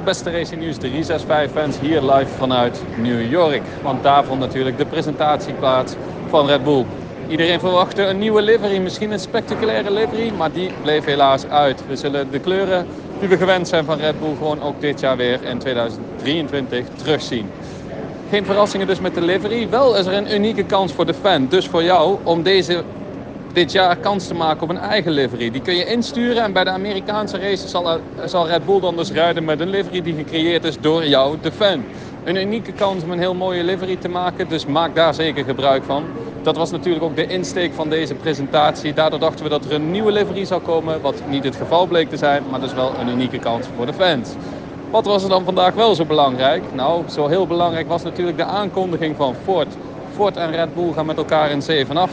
beste Racing News 365 fans hier live vanuit New York. Want daar vond natuurlijk de presentatie plaats van Red Bull. Iedereen verwachtte een nieuwe livery, misschien een spectaculaire livery, maar die bleef helaas uit. We zullen de kleuren die we gewend zijn van Red Bull gewoon ook dit jaar weer in 2023 terugzien. Geen verrassingen dus met de livery. Wel is er een unieke kans voor de fan, dus voor jou, om dit jaar kans te maken op een eigen livery. Die kun je insturen en bij de Amerikaanse races zal Red Bull dan dus rijden met een livery die gecreëerd is door jou, de fan. Een unieke kans om een heel mooie livery te maken, dus maak daar zeker gebruik van. Dat was natuurlijk ook de insteek van deze presentatie. Daardoor dachten we dat er een nieuwe livery zou komen, wat niet het geval bleek te zijn, maar dus wel een unieke kans voor de fans. Wat was er dan vandaag wel zo belangrijk? Nou, zo heel belangrijk was natuurlijk de aankondiging van Ford. Ford en Red Bull gaan met elkaar in zee. Vanaf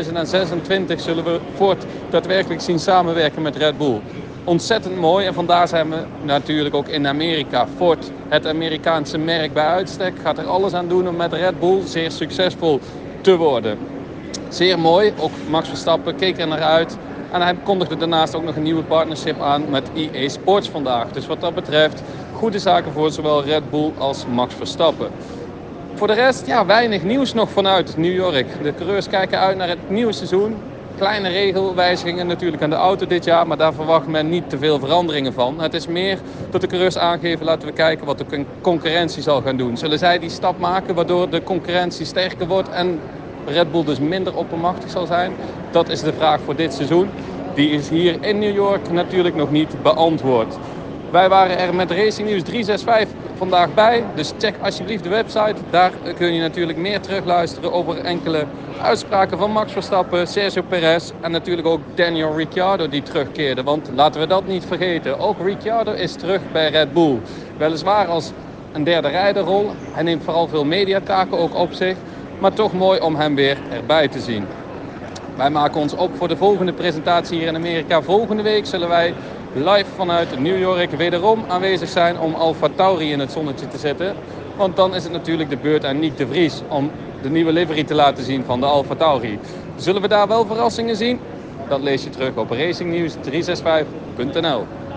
2026 zullen we Ford daadwerkelijk zien samenwerken met Red Bull. Ontzettend mooi en vandaar zijn we natuurlijk ook in Amerika. Ford, het Amerikaanse merk bij uitstek, gaat er alles aan doen om met Red Bull zeer succesvol te worden. Zeer mooi, ook Max Verstappen keek er naar uit. En hij kondigde daarnaast ook nog een nieuwe partnership aan met EA Sports vandaag. Dus wat dat betreft, goede zaken voor zowel Red Bull als Max Verstappen. Voor de rest, ja, weinig nieuws nog vanuit New York. De coureurs kijken uit naar het nieuwe seizoen. Kleine regelwijzigingen natuurlijk aan de auto dit jaar, maar daar verwacht men niet te veel veranderingen van. Het is meer dat de coureurs aangeven, laten we kijken wat de concurrentie zal gaan doen. Zullen zij die stap maken waardoor de concurrentie sterker wordt en Red Bull dus minder oppermachtig zal zijn? Dat is de vraag voor dit seizoen. Die is hier in New York natuurlijk nog niet beantwoord. Wij waren er met Racing News 365 vandaag bij, dus check alsjeblieft de website. Daar kun je natuurlijk meer terugluisteren over enkele uitspraken van Max Verstappen, Sergio Perez en natuurlijk ook Daniel Ricciardo die terugkeerde. Want laten we dat niet vergeten, ook Ricciardo is terug bij Red Bull. Weliswaar als een derde rijderrol. Hij neemt vooral veel mediataken ook op zich, maar toch mooi om hem weer erbij te zien. Wij maken ons op voor de volgende presentatie hier in Amerika. Volgende week zullen wij live vanuit New York wederom aanwezig zijn om AlphaTauri in het zonnetje te zetten. Want dan is het natuurlijk de beurt aan Nick de Vries om de nieuwe livery te laten zien van de AlphaTauri. Zullen we daar wel verrassingen zien? Dat lees je terug op racingnews365.nl.